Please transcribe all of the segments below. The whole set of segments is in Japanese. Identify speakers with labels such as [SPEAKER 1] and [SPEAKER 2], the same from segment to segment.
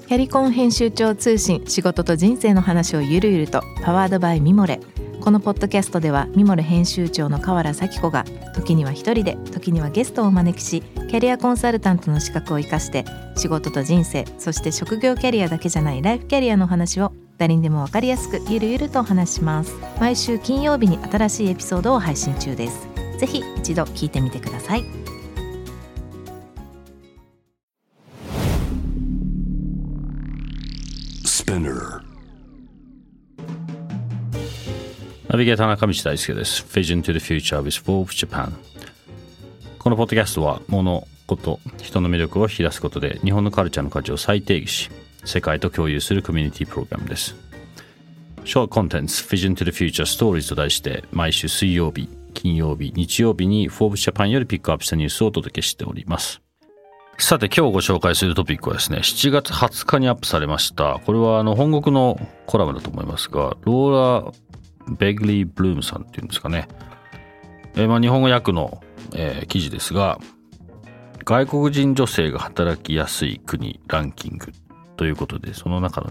[SPEAKER 1] キャリコン編集長通信、仕事と人生の話をゆるゆると、パワードバイミモレ。このポッドキャストではミモレ編集長の河原咲子が時には一人で、時にはゲストをお招きし、キャリアコンサルタントの資格を生かして仕事と人生、そして職業キャリアだけじゃないライフキャリアの話を誰にでも分かりやすくゆるゆるとお話します。毎週金曜日に新しいエピソードを配信中です。ぜひ一度聞いてみてください。
[SPEAKER 2] ナビゲーター中道大輔です。 Vision to the Future with Forbes Japan。 このポッドキャストは物事人の魅力を引き出すことで日本のカルチャーの価値を再定義し、世界と共有するコミュニティプログラムです。 Short Contents Vision to the Future Stories と題して、毎週水曜日、金曜日、日曜日に Forbes Japan よりピックアップしたニュースをお届けしております。さて、今日ご紹介するトピックはですね、7月20日にアップされました。これは本国のコラムだと思いますが、ローラ・ベグリー・ブルームさんっていうんですかね。日本語訳の、記事ですが、外国人女性が働きやすい国ランキングということで、その中の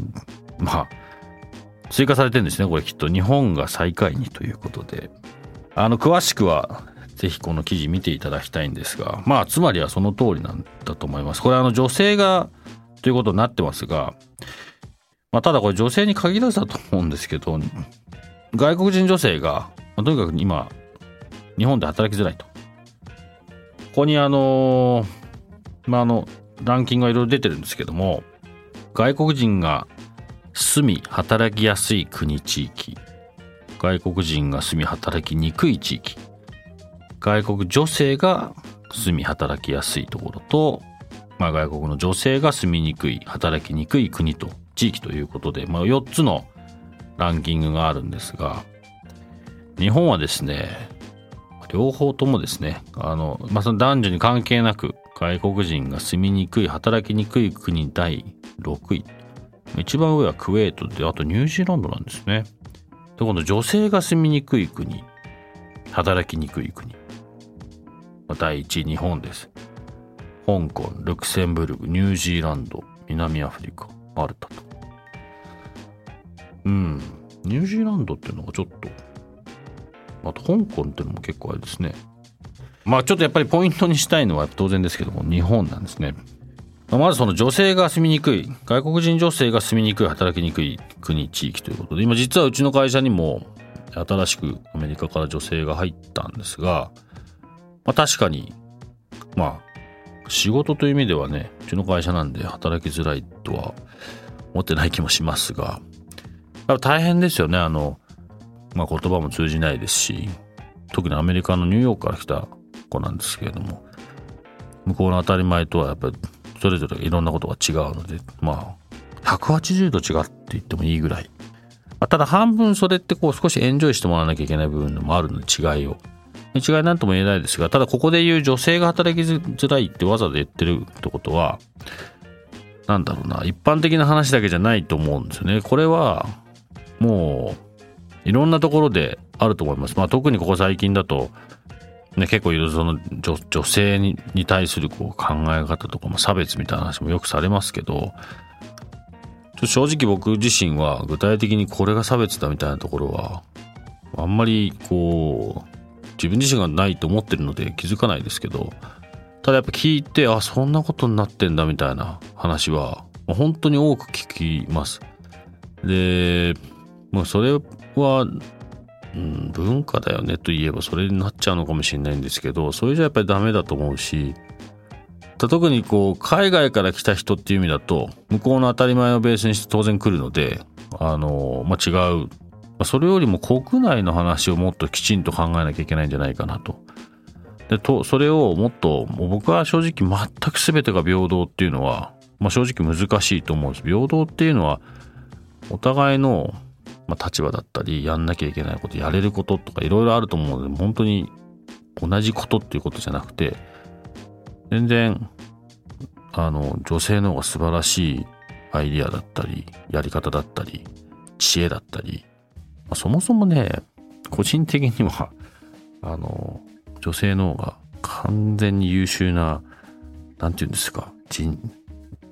[SPEAKER 2] 追加されてるんですね。これきっと日本が最下位にということで、詳しくはぜひこの記事見ていただきたいんですが、つまりはその通りなんだと思います。これ女性がということになってますが、ただこれ女性に限らずだと思うんですけど、外国人女性が、とにかく今日本で働きづらいと。ここにランキングがいろいろ出てるんですけども、外国人が住み働きやすい国地域、外国人が住み働きにくい地域、外国女性が住み働きやすいところと、外国の女性が住みにくい働きにくい国と地域ということで、4つのランキングがあるんですが、日本はですね、両方ともですね、その男女に関係なく外国人が住みにくい働きにくい国第6位、一番上はクウェートで、あとニュージーランドなんですね。で、この女性が住みにくい国、働きにくい国、第1位日本です。香港、ルクセンブルク、ニュージーランド、南アフリカ、マルタと。ニュージーランドっていうのがちょっと、あと香港っていうのも結構あれですね。ちょっとやっぱりポイントにしたいのは当然ですけども、日本なんですね。まずその女性が住みにくい、外国人女性が住みにくい、働きにくい国地域ということで、今実はうちの会社にも新しくアメリカから女性が入ったんですが、確かに仕事という意味ではね、うちの会社なんで働きづらいとは思ってない気もしますが、大変ですよね。言葉も通じないですし、特にアメリカのニューヨークから来た子なんですけれども、向こうの当たり前とはやっぱりそれぞれいろんなことが違うので、180度違って言ってもいいぐらい。ただ半分それって少しエンジョイしてもらわなきゃいけない部分でもあるので、違いなんとも言えないですが、ただここで言う女性が働きづらいってわざと言ってるってことは、一般的な話だけじゃないと思うんですよね。これはもういろんなところであると思います。特にここ最近だと、結構いろいろその 女性に対する考え方とか差別みたいな話もよくされますけど、正直僕自身は具体的にこれが差別だみたいなところはあんまり自分自身がないと思ってるので気づかないですけど、ただやっぱ聞いて、そんなことになってんだみたいな話は本当に多く聞きます。で、それは、文化だよねと言えばそれになっちゃうのかもしれないんですけど、それじゃやっぱりダメだと思うし、特に海外から来た人っていう意味だと、向こうの当たり前をベースにして当然来るので、違う。それよりも国内の話をもっときちんと考えなきゃいけないんじゃないかなと。それをもっと、僕は正直全く全てが平等っていうのは、正直難しいと思うんです。平等っていうのはお互いの立場だったり、やんなきゃいけないこと、やれることとかいろいろあると思うので、本当に同じことっていうことじゃなくて、全然女性の方が素晴らしいアイディアだったり、やり方だったり、知恵だったり、そもそもね、個人的には女性の方が完全に優秀な、なんていうんですか、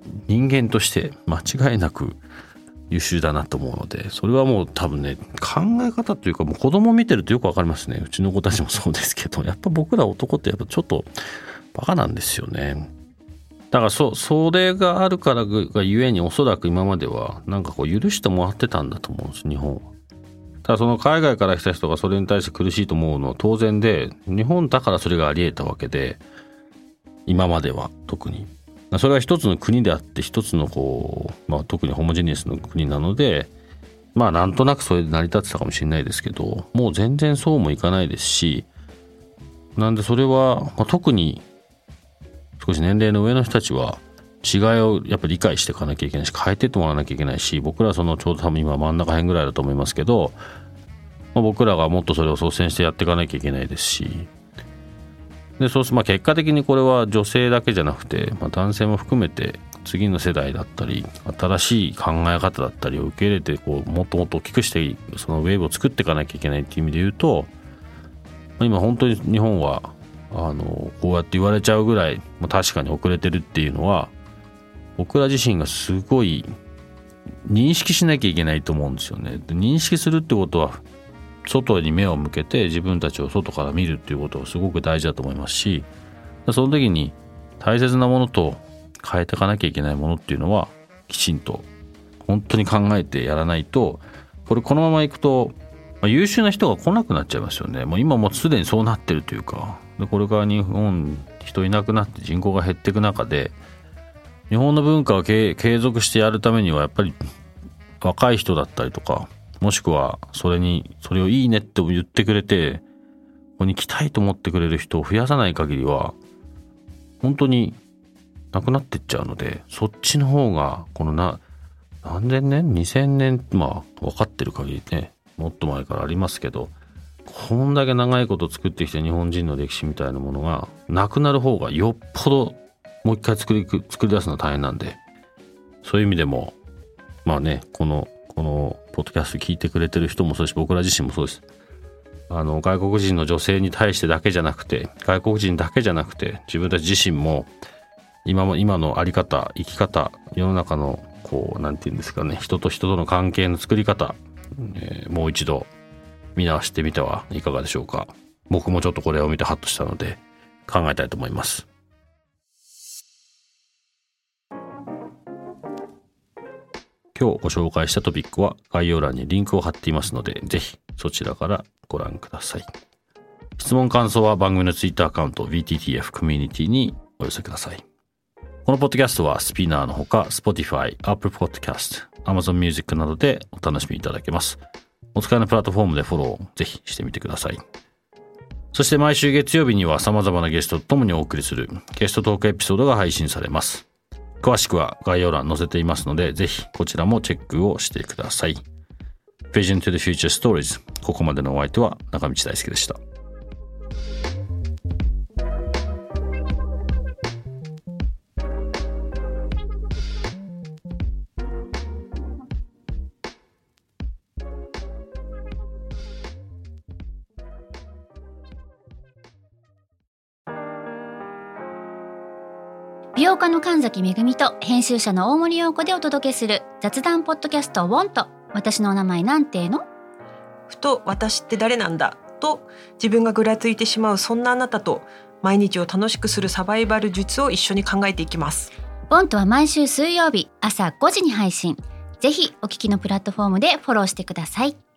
[SPEAKER 2] 人間として間違いなく優秀だなと思うので、それはもう多分ね、考え方というか、もう子供見てるとよくわかりますね。うちの子たちもそうですけど、やっぱ僕ら男ってやっぱちょっとバカなんですよね。だからそれがあるからがゆえに、おそらく今まではなんかこう許してもらってたんだと思うんです、日本は。ただその海外から来た人がそれに対して苦しいと思うのは当然で、日本だからそれがあり得たわけで、今までは特にそれは一つの国であって、一つのこう、特にホモジェニアスの国なので、なんとなくそれで成り立ってたかもしれないですけど、もう全然そうもいかないですし、なんでそれは、特に少し年齢の上の人たちは違いをやっぱり理解していかなきゃいけないし、変えてってもらわなきゃいけないし、僕らはそのちょうど多分今真ん中辺ぐらいだと思いますけど、僕らがもっとそれを率先してやっていかなきゃいけないですし、でそうすると結果的にこれは女性だけじゃなくて、男性も含めて次の世代だったり新しい考え方だったりを受け入れて、こうもっともっと大きくしてそのウェーブを作っていかなきゃいけないっていう意味で言うと、今本当に日本はこうやって言われちゃうぐらい確かに遅れてるっていうのは、僕ら自身がすごい認識しなきゃいけないと思うんですよね。で認識するってことは、外に目を向けて自分たちを外から見るっていうことがすごく大事だと思いますし、その時に大切なものと変えていかなきゃいけないものっていうのはきちんと本当に考えてやらないと、このままいくと、優秀な人が来なくなっちゃいますよね。もう今もうすでにそうなってるというか、でこれから日本人いなくなって人口が減っていく中で、日本の文化を継続してやるためにはやっぱり若い人だったりとか、もしくはそれをいいねって言ってくれて、ここに来たいと思ってくれる人を増やさない限りは本当になくなっていっちゃうので、そっちの方がこの何千年2000年分かってる限りね、もっと前からありますけど、こんだけ長いこと作ってきた日本人の歴史みたいなものがなくなる方がよっぽどもう一回作り出すのは大変なんで、そういう意味でもこのポッドキャスト聞いてくれてる人もそうですし、僕ら自身もそうです。外国人の女性に対してだけじゃなくて、外国人だけじゃなくて、自分たち自身も今のあり方、生き方、世の中のなんていうんですかね、人と人との関係の作り方、もう一度見直してみてはいかがでしょうか。僕もちょっとこれを見てハッとしたので考えたいと思います。今日ご紹介したトピックは概要欄にリンクを貼っていますので、ぜひそちらからご覧ください。質問感想は番組のツイッターアカウント VTTF コミュニティにお寄せください。このポッドキャストはスピナーのほか Spotify、Apple Podcast、Amazon Music などでお楽しみいただけます。お使いのプラットフォームでフォローをぜひしてみてください。そして毎週月曜日には様々なゲストと共にお送りするゲストトークエピソードが配信されます。詳しくは概要欄載せていますので、ぜひこちらもチェックをしてください。Vision to the Future Stories。ここまでのお相手は中道大輔でした。
[SPEAKER 3] 美容家の神崎めぐみと編集者の大森洋子でお届けする雑談ポッドキャストウォンと、私のお名前なんての？
[SPEAKER 4] ふと私って誰なんだと自分がぐらついてしまう、そんなあなたと毎日を楽しくするサバイバル術を一緒に考えていきます。
[SPEAKER 3] ウォンとは毎週水曜日朝5時に配信。ぜひお聞きのプラットフォームでフォローしてください。